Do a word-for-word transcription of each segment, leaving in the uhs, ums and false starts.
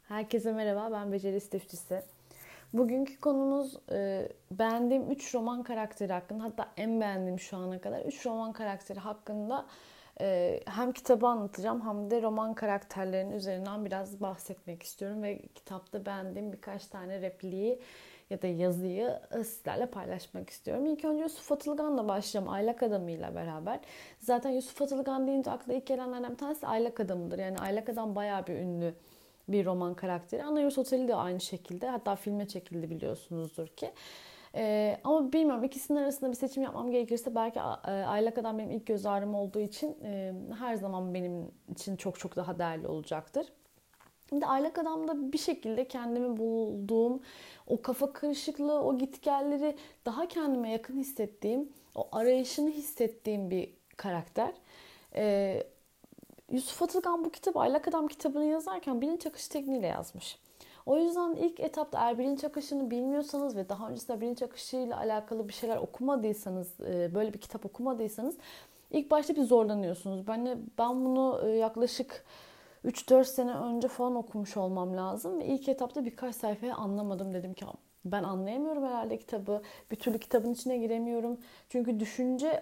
Herkese merhaba, ben Beceri İstifçisi. Bugünkü konumuz e, beğendiğim üç roman karakteri hakkında, hatta en beğendiğim şu ana kadar üç roman karakteri hakkında e, hem kitabı anlatacağım hem de roman karakterlerinin üzerinden biraz bahsetmek istiyorum ve kitapta beğendiğim birkaç tane repliği ya da yazıyı sizlerle paylaşmak istiyorum. İlk önce Yusuf Atılgan'la başlayacağım, Aylak Adamı ile beraber. Zaten Yusuf Atılgan deyince akla ilk gelenlerden bir tanesi Aylak Adamı'dır. Yani Aylak Adam bayağı bir ünlü bir roman karakteri. Anayurt Oteli de aynı şekilde. Hatta filme çekildi biliyorsunuzdur ki. Ee, ama bilmiyorum, ikisinin arasında bir seçim yapmam gerekirse belki Aylak Adam benim ilk göz ağrım olduğu için e, her zaman benim için çok çok daha değerli olacaktır. Şimdi Aylak Adam'da bir şekilde kendimi bulduğum, o kafa karışıklığı, o gitgelleri daha kendime yakın hissettiğim, o arayışını hissettiğim bir karakter. Ee, Yusuf Atılgan bu kitabı, Aylak Adam kitabını yazarken bilinç akışı tekniğiyle yazmış. O yüzden ilk etapta eğer bilinç akışını bilmiyorsanız ve daha öncesinde bilinç akışıyla alakalı bir şeyler okumadıysanız, böyle bir kitap okumadıysanız ilk başta bir zorlanıyorsunuz. Ben, ben bunu yaklaşık üç dört sene önce falan okumuş olmam lazım. Ve ilk etapta birkaç sayfayı anlamadım. Dedim ki ben anlayamıyorum herhalde kitabı. Bir türlü kitabın içine giremiyorum. Çünkü düşünce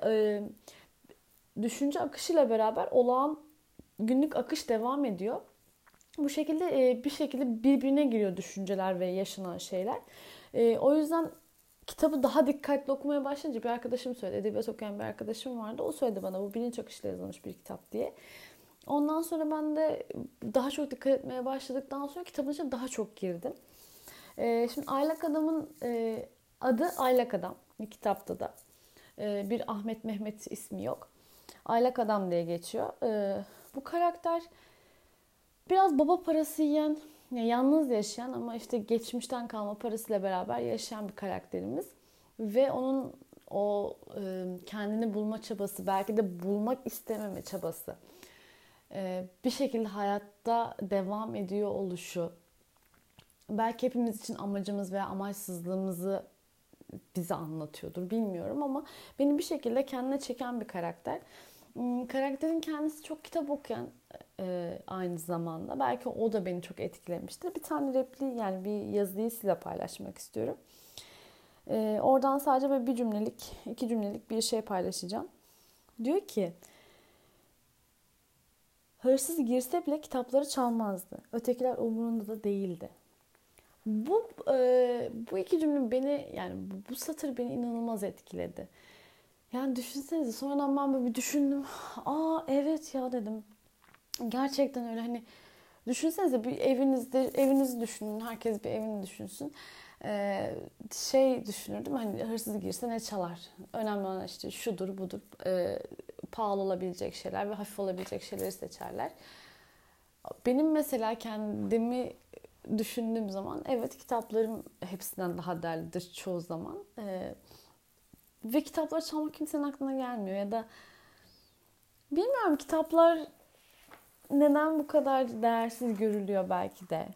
düşünce akışıyla beraber olağan günlük akış devam ediyor. Bu şekilde bir şekilde birbirine giriyor düşünceler ve yaşanan şeyler. O yüzden kitabı daha dikkatli okumaya başlayınca bir arkadaşım söyledi. Edebiyat okuyan bir arkadaşım vardı. O söyledi bana bu bilinç akışıyla yazılmış bir kitap diye. Ondan sonra ben de daha çok dikkat etmeye başladıktan sonra kitabın içine daha çok girdim. Şimdi Aylak Adam'ın adı Aylak Adam. Kitapta da bir Ahmet Mehmet ismi yok. Aylak Adam diye geçiyor. Bu karakter biraz baba parası yiyen, yani yalnız yaşayan ama işte geçmişten kalma parasıyla beraber yaşayan bir karakterimiz. Ve onun o e, kendini bulma çabası, belki de bulmak istememe çabası, e, bir şekilde hayatta devam ediyor oluşu, belki hepimiz için amacımız veya amaçsızlığımızı bize anlatıyordur, bilmiyorum ama beni bir şekilde kendine çeken bir karakter. Karakterin kendisi çok kitap okuyan e, aynı zamanda. Belki o da beni çok etkilemiştir. Bir tane repliği, yani bir yazıyı size paylaşmak istiyorum. E, oradan sadece böyle bir cümlelik, iki cümlelik bir şey paylaşacağım. Diyor ki, hırsız girse bile kitapları çalmazdı. Ötekiler umurunda da değildi. Bu e, bu iki cümle beni, yani bu, bu satır beni inanılmaz etkiledi. Yani düşünsenize, sonradan ben böyle bir düşündüm. Aa evet ya dedim. Gerçekten öyle, hani düşünsenize bir evinizde, evinizi düşünün. Herkes bir evini düşünsün. Ee, şey düşünürdüm, hani hırsız girse ne çalar? Önemli olan işte şudur budur. Ee, pahalı olabilecek şeyler ve hafif olabilecek şeyleri seçerler. Benim mesela kendimi düşündüğüm zaman evet, kitaplarım hepsinden daha değerlidir çoğu zaman. Ee, ve kitapları çalmak kimsenin aklına gelmiyor ya da bilmiyorum, kitaplar neden bu kadar değersiz görülüyor belki de.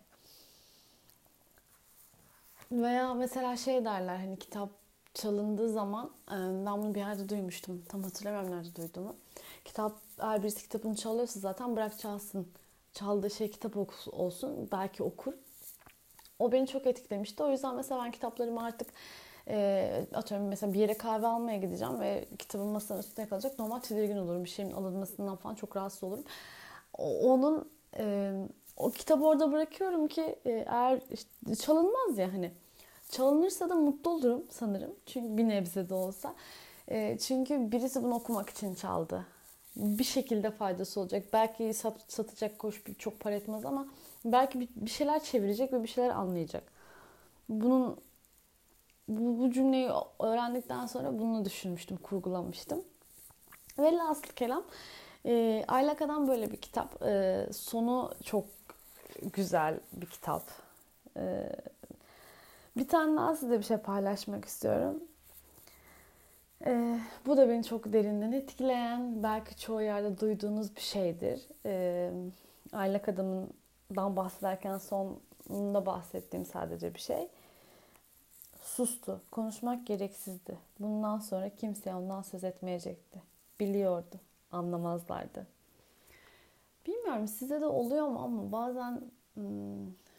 Veya mesela şey derler, hani kitap çalındığı zaman, ben bunu bir yerde duymuştum. Tam hatırlamıyorum nerede duyduğumu. Kitap, eğer birisi kitabını çalıyorsa zaten bırak çalsın. Çaldığı şey kitap olsun. Belki okur. O beni çok etkilemişti. O yüzden mesela ben kitaplarımı artık e, atıyorum, mesela bir yere kahve almaya gideceğim ve kitabın masanın üstüne kalacak. Normal tedirgin olurum. Bir şeyin alınmasından falan çok rahatsız olurum. Onun e, o kitabı orada bırakıyorum ki e, eğer işte çalınmaz ya, hani çalınırsa da mutlu olurum sanırım. Çünkü bir nebze de olsa. E, çünkü birisi bunu okumak için çaldı. Bir şekilde faydası olacak. Belki sat, satacak, koş çok para etmez ama belki bir, bir şeyler çevirecek ve bir şeyler anlayacak. Bunun bu, bu cümleyi öğrendikten sonra bunu düşünmüştüm, kurgulamıştım. Velhasıl kelam, e, Aylak Adam böyle bir kitap. E, sonu çok güzel bir kitap. E, bir tane daha size bir şey paylaşmak istiyorum. E, bu da beni çok derinden etkileyen, belki çoğu yerde duyduğunuz bir şeydir. E, Aylak Adam'dan bahsederken sonunda bahsettiğim sadece bir şey. Sustu. Konuşmak gereksizdi. Bundan sonra kimse ondan söz etmeyecekti. Biliyordu. Anlamazlardı. Bilmiyorum size de oluyor mu ama bazen hmm,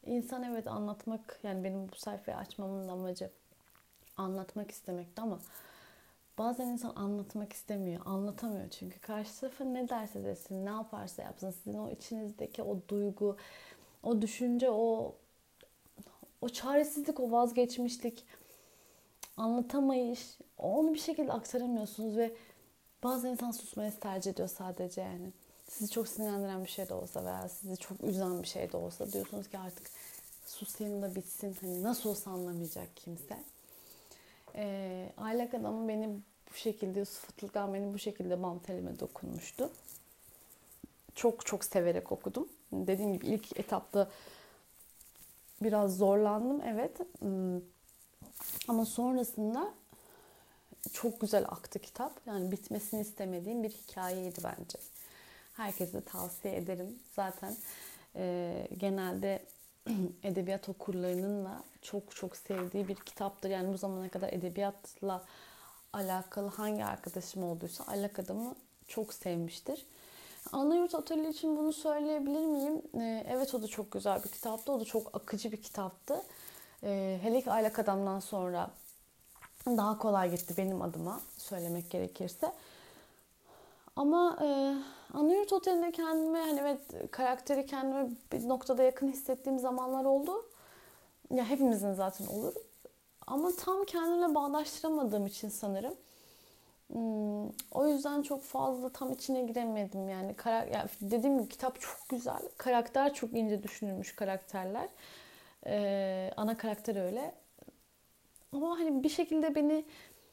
İnsan evet anlatmak, yani benim bu sayfayı açmamın amacı anlatmak istemekti ama bazen insan anlatmak istemiyor, anlatamıyor çünkü karşı tarafa ne derse desin, ne yaparsa yapsın, sizin o içinizdeki o duygu, o düşünce, o o çaresizlik, o vazgeçmişlik, anlatamayış, onu bir şekilde aktaramıyorsunuz ve bazı insan susmayı tercih ediyor sadece yani. Sizi çok sinirlendiren bir şey de olsa veya sizi çok üzen bir şey de olsa diyorsunuz ki artık susayım da bitsin. Hani nasıl olsa anlamayacak kimse. Ee, Aylak Adamı beni bu şekilde, Yusuf Atılgan beni bu şekilde bam telime dokunmuştu. Çok çok severek okudum. Dediğim gibi ilk etapta biraz zorlandım, evet. Ama sonrasında çok güzel aktı kitap. Yani bitmesini istemediğim bir hikayeydi bence. Herkese tavsiye ederim. Zaten e, genelde edebiyat okurlarının da çok çok sevdiği bir kitaptır. Yani bu zamana kadar edebiyatla alakalı hangi arkadaşım olduysa Aylak Adam'ı çok sevmiştir. Anayurt Oteli için bunu söyleyebilir miyim? E, evet, o da çok güzel bir kitaptı. O da çok akıcı bir kitaptı. E, hele ki Aylak Adam'dan sonra daha kolay gitti benim adıma söylemek gerekirse. Ama e, Anayurt Oteli'nde kendime, hani evet, karakteri kendime bir noktada yakın hissettiğim zamanlar oldu. Ya hepimizin zaten olur. Ama tam kendimle bağdaştıramadığım için sanırım. Hmm, o yüzden çok fazla tam içine giremedim yani. Kara, yani dediğim gibi kitap çok güzel. Karakter çok ince düşünülmüş karakterler. Ee, ana karakter öyle. Ama hani bir şekilde beni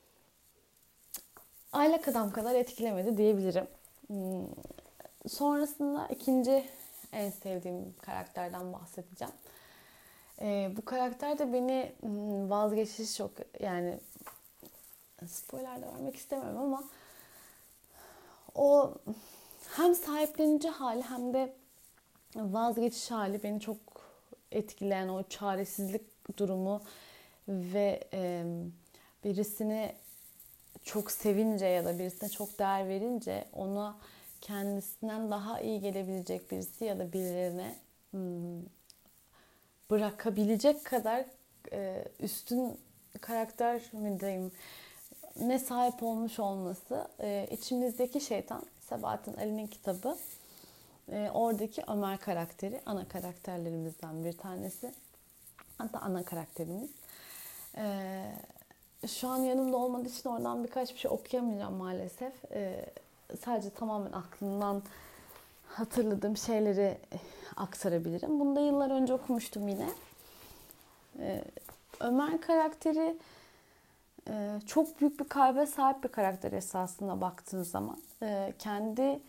Aylak Adam kadar etkilemedi diyebilirim. Hmm, sonrasında ikinci en sevdiğim karakterden bahsedeceğim. Ee, bu karakter de beni hmm, vazgeçiş çok, yani spoiler de vermek istemiyorum ama o hem sahiplenici hali hem de vazgeçiş hali beni çok etkileyen, o çaresizlik durumu ve e, birisini çok sevince ya da birisine çok değer verince ona kendisinden daha iyi gelebilecek birisi ya da birilerine hmm, bırakabilecek kadar e, üstün karakter mi diyeyim, ne sahip olmuş olması. E, içimizdeki şeytan, Sebahattin Ali'nin kitabı. E, oradaki Ömer karakteri ana karakterlerimizden bir tanesi. Hatta ana karakterimiz. E, şu an yanımda olmadığı için oradan birkaç bir şey okuyamayacağım maalesef. E, sadece tamamen aklımdan hatırladığım şeyleri aktarabilirim. Bunu da yıllar önce okumuştum yine. E, Ömer karakteri e, çok büyük bir kalbe sahip bir karakter esasında baktığın zaman. E, kendi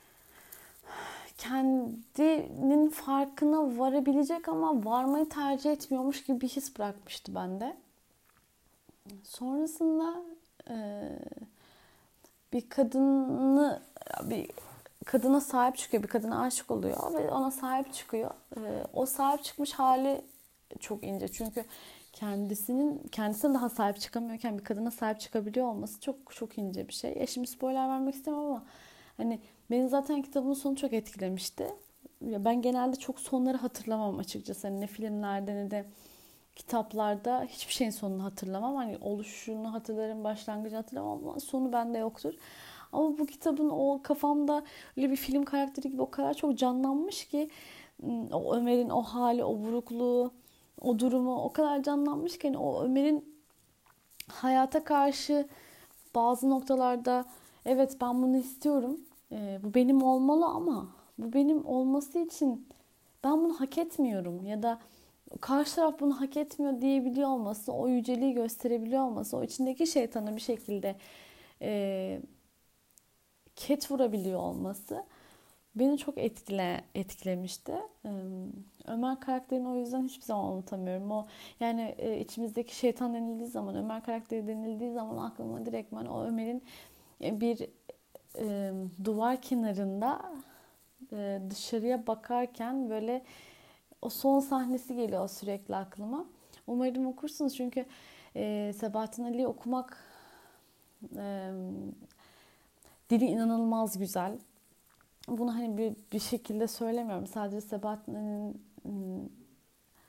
kendinin farkına varabilecek ama varmayı tercih etmiyormuş gibi bir his bırakmıştı bende. Sonrasında e, bir kadını bir kadına sahip çıkıyor, bir kadına aşık oluyor ve ona sahip çıkıyor. E, o sahip çıkmış hali çok ince çünkü kendisinin kendisine daha sahip çıkamıyorken bir kadına sahip çıkabiliyor olması çok çok ince bir şey. Ya şimdi spoiler vermek istemem ama hani beni zaten kitabın sonu çok etkilemişti. Ya ben genelde çok sonları hatırlamam açıkçası. Hani ne filmlerde ne de kitaplarda hiçbir şeyin sonunu hatırlamam. Hani oluşunu hatırlarım, başlangıcını hatırlamam ama sonu bende yoktur. Ama bu kitabın o kafamda öyle bir film karakteri gibi o kadar çok canlanmış ki o Ömer'in o hali, o burukluğu, o durumu o kadar canlanmış ki hani o Ömer'in hayata karşı bazı noktalarda evet ben bunu istiyorum, e, bu benim olmalı ama bu benim olması için ben bunu hak etmiyorum ya da karşı taraf bunu hak etmiyor diyebiliyor olması, o yüceliği gösterebiliyor olması, o içindeki şeytana bir şekilde e, ket vurabiliyor olması beni çok etkile etkilemişti. Ömer karakterini o yüzden hiçbir zaman unutamıyorum. O yani içimizdeki şeytan denildiği zaman, Ömer karakteri denildiği zaman aklıma direktmen o Ömer'in bir e, duvar kenarında e, dışarıya bakarken böyle o son sahnesi geliyor sürekli aklıma. Umarım okursunuz çünkü e, Sebahattin Ali'yi okumak, e, dili inanılmaz güzel. Bunu hani bir, bir şekilde söylemiyorum. Sadece Sebahattin Ali'nin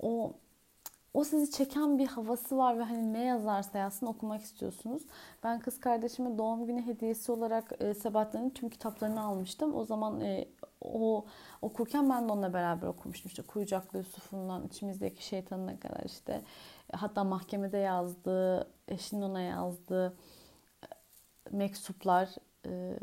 o o sizi çeken bir havası var ve hani ne yazarsa yazsın okumak istiyorsunuz. Ben kız kardeşime doğum günü hediyesi olarak e, Sebahattin'in tüm kitaplarını almıştım. O zaman e, o okurken ben de onunla beraber okumuştum. İşte Kuyucaklı Yusuf'undan içimizdeki şeytanına kadar işte. Hatta mahkemede yazdığı, eşinin ona yazdığı mektuplar. E,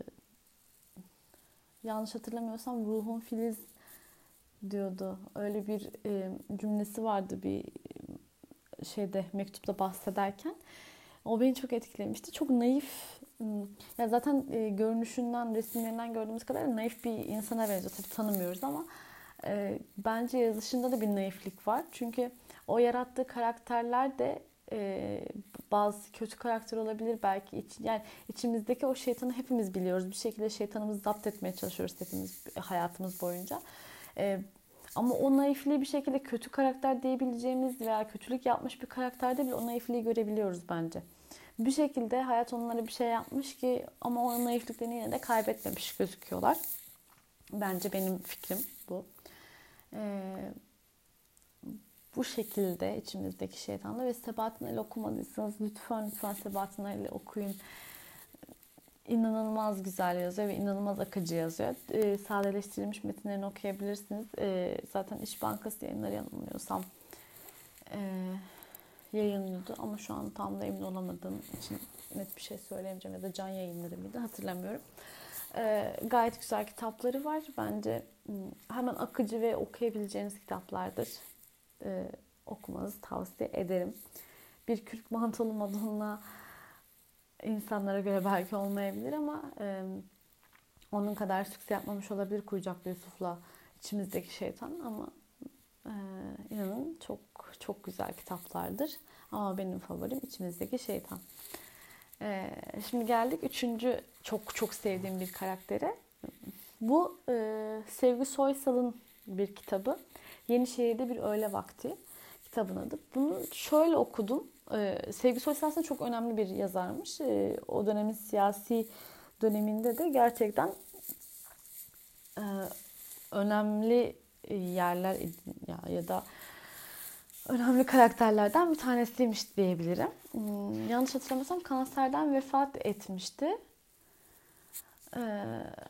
yanlış hatırlamıyorsam Ruhun Filiz diyordu. Öyle bir e, cümlesi vardı bir şeyde mektupta bahsederken. O beni çok etkilemişti. Çok naif. Ya zaten e, görünüşünden, resimlerinden gördüğümüz kadar naif bir insana benziyor. Tabii tanımıyoruz ama e, bence yazışında da bir naiflik var. Çünkü o yarattığı karakterler de e, bazı kötü karakter olabilir belki. İç, yani içimizdeki o şeytanı hepimiz biliyoruz. Bir şekilde şeytanımızı zapt etmeye çalışıyoruz hepimiz hayatımız boyunca. E, Ama o naifliği bir şekilde kötü karakter diyebileceğimiz veya kötülük yapmış bir karakterde bile o naifliği görebiliyoruz bence. Bir şekilde hayat onlara bir şey yapmış ki ama o naifliklerini yine de kaybetmemiş gözüküyorlar. Bence benim fikrim bu. Ee, bu şekilde içimizdeki şeytanla ve Sebahattin Ali okumadıysanız lütfen lütfen Sebahattin Ali okuyun. İnanılmaz güzel yazıyor ve inanılmaz akıcı yazıyor. E, sadeleştirilmiş metinlerini okuyabilirsiniz. E, zaten İş Bankası Yayınları yanılmıyorsam e, yayınlıyordu ama şu an tam da emin olamadığım için net bir şey söyleyemeyeceğim ya da Can Yayınları mıydı hatırlamıyorum. E, gayet güzel kitapları var. Bence hemen akıcı ve okuyabileceğiniz kitaplardır. E, okumanızı tavsiye ederim. Bir Kürk Mantolu Madonna insanlara göre belki olmayabilir ama e, onun kadar sükse yapmamış olabilir Kuyucaklı Yusuf'la içimizdeki şeytan ama e, inanın çok çok güzel kitaplardır. Ama benim favorim içimizdeki şeytan. E, şimdi geldik üçüncü çok çok sevdiğim bir karaktere. Bu e, Sevgi Soysal'ın bir kitabı. Yenişehir'de bir öğle vakti kitabın adı. Bunu şöyle okudum. Ee, Sevgi Soysal aslında çok önemli bir yazarmış. Ee, o dönemin siyasi döneminde de gerçekten e, önemli yerler ya, ya da önemli karakterlerden bir tanesiymiş diyebilirim. Hmm, yanlış hatırlamıyorsam kanserden vefat etmişti. Ee,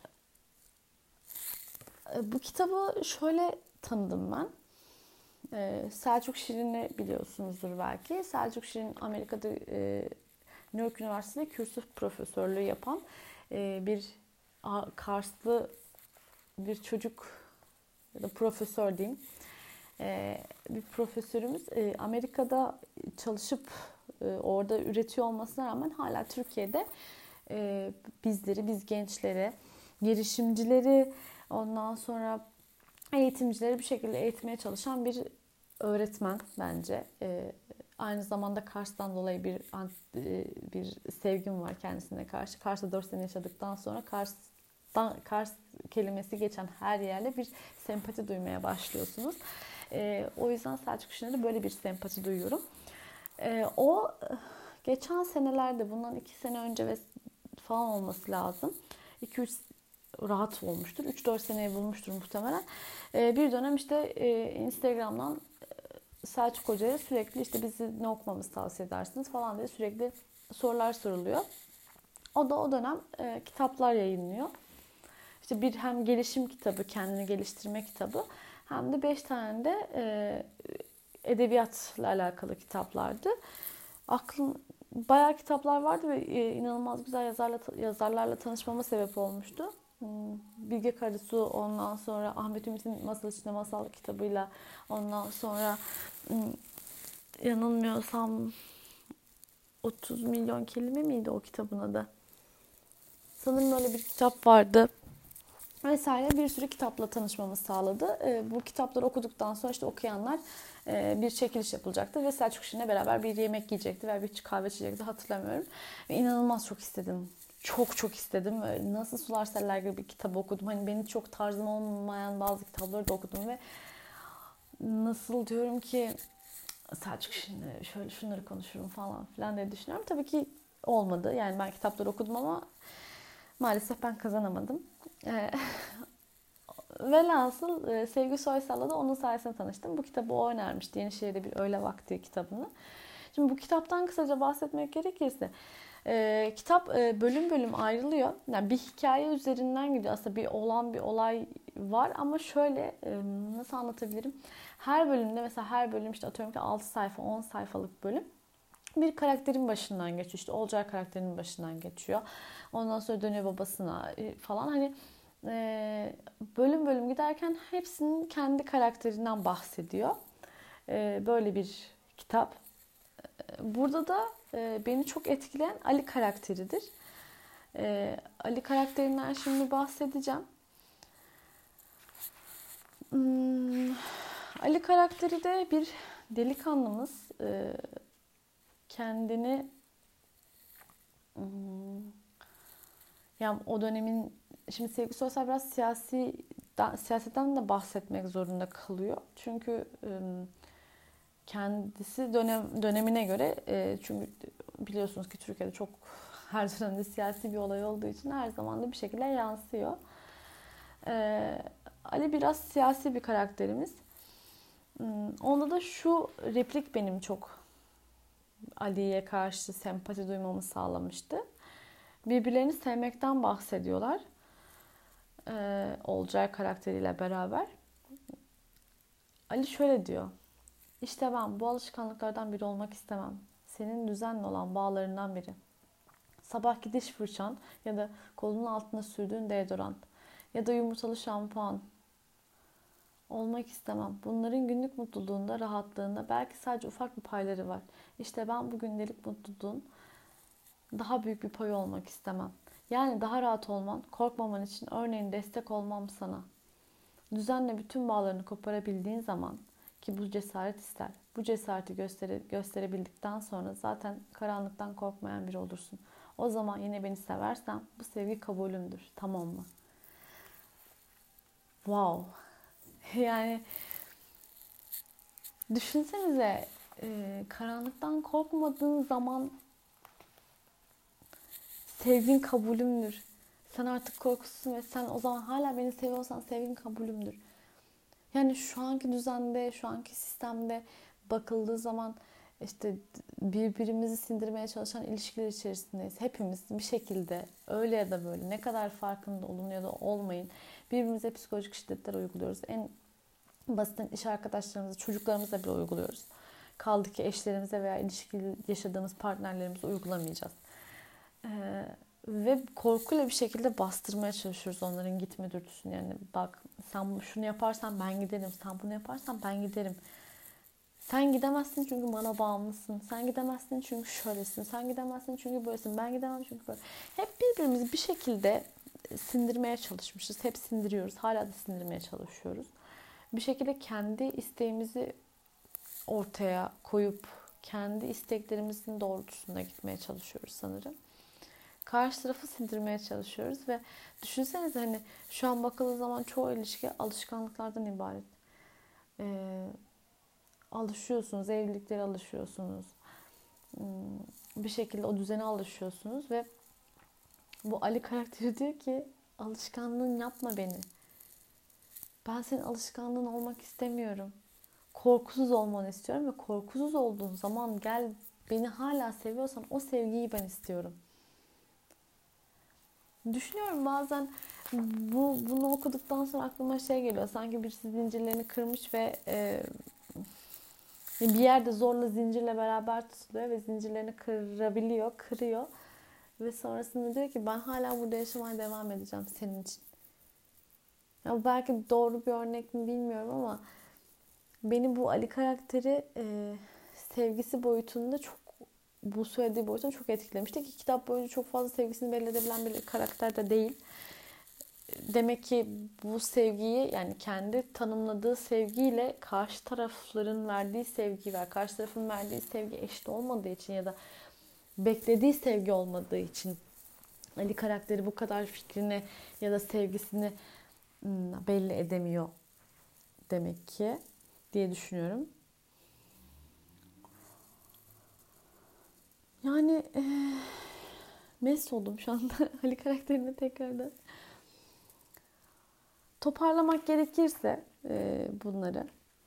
bu kitabı şöyle tanıdım ben. Ee, Selçuk Şirin'i biliyorsunuzdur belki. Selçuk Şirin Amerika'da e, New York Üniversitesi'nde kürsü profesörlüğü yapan e, bir a, Karslı bir çocuk ya da profesör diyeyim. E, bir profesörümüz e, Amerika'da çalışıp e, orada üretiyor olmasına rağmen hala Türkiye'de e, bizleri, biz gençleri, girişimcileri, ondan sonra eğitimcileri bir şekilde eğitmeye çalışan bir öğretmen bence. Ee, aynı zamanda Kars'tan dolayı bir bir sevgim var kendisine karşı. Kars'ta dört sene yaşadıktan sonra Kars'tan, Kars kelimesi geçen her yerde bir sempati duymaya başlıyorsunuz. Ee, o yüzden Selçuk Şener'e böyle bir sempati duyuyorum. Ee, o geçen senelerde bundan iki sene önce ve falan olması lazım. iki üç rahat olmuştur. üç dört seneyi bulmuştur muhtemelen. Ee, bir dönem işte e, Instagram'dan Selçuk Hoca'ya sürekli işte bizi ne okumamızı tavsiye edersiniz falan diye sürekli sorular soruluyor. O da o dönem e, kitaplar yayınlıyor. İşte bir hem gelişim kitabı, kendini geliştirme kitabı hem de beş tane de e, edebiyatla alakalı kitaplardı. Aklım bayağı kitaplar vardı ve e, inanılmaz güzel yazarla, yazarlarla tanışmama sebep olmuştu. Bilge Karasu, ondan sonra Ahmet Ümit'in Masal İçinde Masal kitabıyla, ondan sonra yanılmıyorsam otuz milyon kelime miydi o kitabın adı? Sanırım öyle bir kitap vardı. Vesaire bir sürü kitapla tanışmamı sağladı. Bu kitapları okuduktan sonra işte okuyanlar bir çekiliş yapılacaktı ve Selçuk Şirin'le beraber bir yemek yiyecekti veya bir kahve içecekti hatırlamıyorum. Ve inanılmaz çok istedim. Çok çok istedim. Nasıl Sular Seller gibi bir kitap okudum. Hani benim çok tarzım olmayan bazı kitapları da okudum ve nasıl diyorum ki Selçuk Şirin'le şöyle şunları konuşurum falan filan diye düşünüyorum. Tabii ki olmadı. Yani ben kitapları okudum ama maalesef ben kazanamadım. Velhasıl e, Sevgi Soysal'la da onun sayesinde tanıştım. Bu kitabı o önermişti. Yenişehir'de bir öğle vakti kitabını. Şimdi bu kitaptan kısaca bahsetmek gerekirse e, kitap e, bölüm bölüm ayrılıyor. Yani bir hikaye üzerinden gidiyor. Aslında bir olan bir olay var ama şöyle e, nasıl anlatabilirim? Her bölümde mesela her bölüm işte atıyorum ki altı sayfa on sayfalık bölüm. Bir karakterin başından geçiyor. İşte Olcay karakterinin başından geçiyor. Ondan sonra dönüyor babasına falan. Hani e, bölüm bölüm giderken hepsinin kendi karakterinden bahsediyor. E, böyle bir kitap. Burada da e, beni çok etkileyen Ali karakteridir. E, Ali karakterinden şimdi bahsedeceğim. Hmm, Ali karakteri de bir delikanlımız. E, kendini hmm, yani o dönemin şimdi Sevgi Soysal biraz siyasi siyasetten de bahsetmek zorunda kalıyor. Çünkü kendisi dönem dönemine göre çünkü biliyorsunuz ki Türkiye'de çok her dönemde siyasi bir olay olduğu için her zaman da bir şekilde yansıyor. Ali biraz siyasi bir karakterimiz. Onda da şu replik benim çok Ali'ye karşı sempati duymamı sağlamıştı. Birbirlerini sevmekten bahsediyorlar. Ee, Olcay karakteriyle beraber. Ali şöyle diyor. İşte ben bu alışkanlıklardan biri olmak istemem. Senin düzenli olan bağlarından biri. Sabah gidiş fırçan ya da kolunun altında sürdüğün deodorant ya da yumurtalı şampuan olmak istemem. Bunların günlük mutluluğunda, rahatlığında belki sadece ufak bir payları var. İşte ben bu gündelik mutluluğun daha büyük bir payı olmak istemem. Yani daha rahat olman, korkmaman için örneğin destek olmam sana. Düzenle bütün bağlarını koparabildiğin zaman ki bu cesaret ister. Bu cesareti göstere, gösterebildikten sonra zaten karanlıktan korkmayan biri olursun. O zaman yine beni seversen bu sevgi kabulümdür. Tamam mı? Wow. Yani düşünsenize e, karanlıktan korkmadığın zaman sevgin kabulümdür. Sen artık korkusuzsun ve sen o zaman hala beni seviyorsan sevgin kabulümdür. Yani şu anki düzende, şu anki sistemde bakıldığı zaman işte birbirimizi sindirmeye çalışan ilişkiler içerisindeyiz. Hepimiz bir şekilde öyle ya da böyle ne kadar farkında olun ya da olmayın birbirimize psikolojik şiddetler uyguluyoruz. En basitten iş arkadaşlarımıza, çocuklarımıza bile uyguluyoruz. Kaldı ki eşlerimize veya ilişkili yaşadığımız partnerlerimize uygulamayacağız. Ee, ve korkuyla bir şekilde bastırmaya çalışıyoruz onların gitme dürtüsünü. Yani bak sen şunu yaparsan ben giderim, sen bunu yaparsan ben giderim. Sen gidemezsin çünkü bana bağımlısın. Sen gidemezsin çünkü şöylesin. Sen gidemezsin çünkü böylesin. Ben gidemem çünkü böyle. Hep birbirimizi bir şekilde sindirmeye çalışmışız. Hep sindiriyoruz. Hala da sindirmeye çalışıyoruz. Bir şekilde kendi isteğimizi ortaya koyup kendi isteklerimizin doğrultusunda gitmeye çalışıyoruz sanırım. Karşı tarafı sindirmeye çalışıyoruz ve düşünsenize hani şu an bakıldığı zaman çoğu ilişki alışkanlıklardan ibaret. Ee, alışıyorsunuz, evliliklere alışıyorsunuz. Bir şekilde o düzene alışıyorsunuz ve bu Ali karakteri diyor ki alışkanlığın yapma beni. Ben senin alışkanlığın olmak istemiyorum. Korkusuz olmanı istiyorum ve korkusuz olduğun zaman gel beni hala seviyorsan o sevgiyi ben istiyorum. Düşünüyorum bazen bu bunu okuduktan sonra aklıma şey geliyor. Sanki birisi zincirlerini kırmış ve e, bir yerde zorla zincirle beraber tutuluyor ve zincirlerini kırabiliyor, kırıyor. Ve sonrasında diyor ki ben hala burada yaşamaya devam edeceğim senin için. Ya belki doğru bir örnek mi bilmiyorum ama beni bu Ali karakteri e, sevgisi boyutunda çok bu söylediği boyutunda çok etkilemişti ki kitap boyunca çok fazla sevgisini belli edebilen bir karakter de değil. Demek ki bu sevgiyi yani kendi tanımladığı sevgiyle karşı tarafların verdiği sevgi ve karşı tarafın verdiği sevgi eşit olmadığı için ya da beklediği sevgi olmadığı için Ali karakteri bu kadar fikrini ya da sevgisini belli edemiyor demek ki diye düşünüyorum. Yani e, mest oldum şu anda Ali karakterine tekrardan. toparlamak gerekirse e, bunları.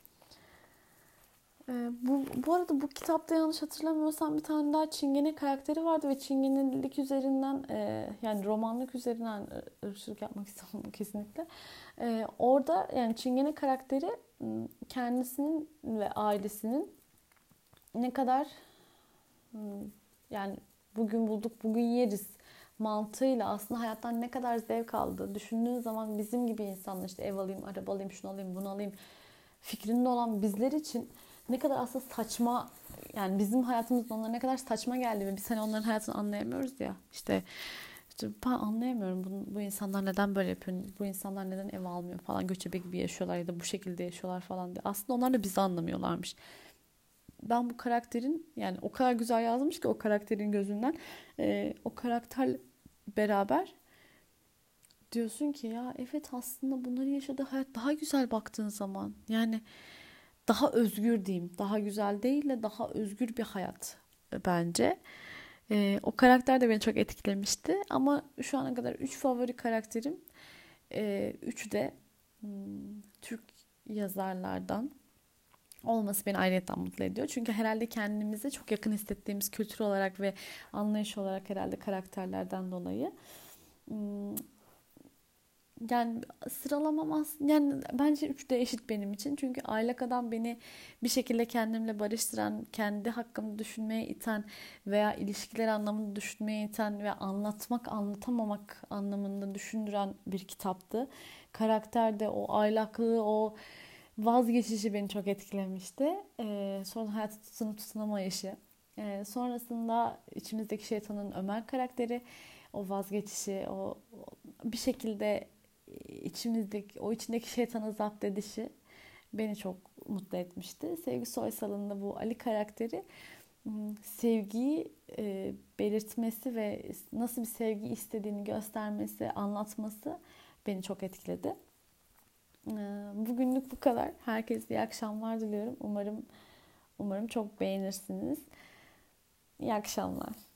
E, bu, bu arada bu kitapta yanlış hatırlamıyorsam bir tane daha Çingene karakteri vardı ve Çingenelik üzerinden e, yani romanlık üzerinden ırkçılık yapmak istemem kesinlikle. E, orada yani Çingene karakteri kendisinin ve ailesinin ne kadar yani bugün bulduk bugün yeriz mantığıyla aslında hayattan ne kadar zevk aldığı düşündüğün zaman bizim gibi insanlar işte ev alayım, araba alayım, şunu alayım, bunu alayım fikrinde olan bizler için ne kadar aslında saçma, yani bizim hayatımızda onlara ne kadar saçma geldi ve biz hani onların hayatını anlayamıyoruz ya. İşte, işte ben anlayamıyorum bu, bu insanlar neden böyle yapıyor, bu insanlar neden ev almıyor falan, göçebe gibi yaşıyorlar ya da bu şekilde yaşıyorlar falan diye. Aslında onlar da bizi anlamıyorlarmış. Ben bu karakterin yani o kadar güzel yazmış ki o karakterin gözünden e, o karakter beraber diyorsun ki ya evet aslında bunların yaşadığı hayat daha güzel baktığın zaman. Yani daha özgür diyeyim. Daha güzel değil de daha özgür bir hayat bence. E, o karakter de beni çok etkilemişti. Ama şu ana kadar üç favori karakterim. E, üçü de hmm, Türk yazarlardan olması beni ayrıyetten mutlu ediyor. Çünkü herhalde kendimize çok yakın hissettiğimiz kültür olarak ve anlayış olarak herhalde karakterlerden dolayı. Hmm, Yani sıralamam aslında yani bence üç de eşit benim için. Çünkü Aylak Adam beni bir şekilde kendimle barıştıran, kendi hakkımda düşünmeye iten veya ilişkiler anlamında düşünmeye iten ve anlatmak, anlatamamak anlamında düşündüren bir kitaptı. Karakterde o aylaklığı, o vazgeçişi beni çok etkilemişti. Ee, sonra hayata tutunup tutunamayışı. Ee, sonrasında içimizdeki şeytanın Ömer karakteri, o vazgeçişi, o bir şekilde içimizdeki, o içindeki şeytanı zapt edişi beni çok mutlu etmişti. Sevgi Soysal'ın da bu Ali karakteri sevgiyi e, belirtmesi ve nasıl bir sevgi istediğini göstermesi, anlatması beni çok etkiledi. Bugünlük bu kadar. Herkese iyi akşamlar diliyorum. Umarım umarım çok beğenirsiniz. İyi akşamlar.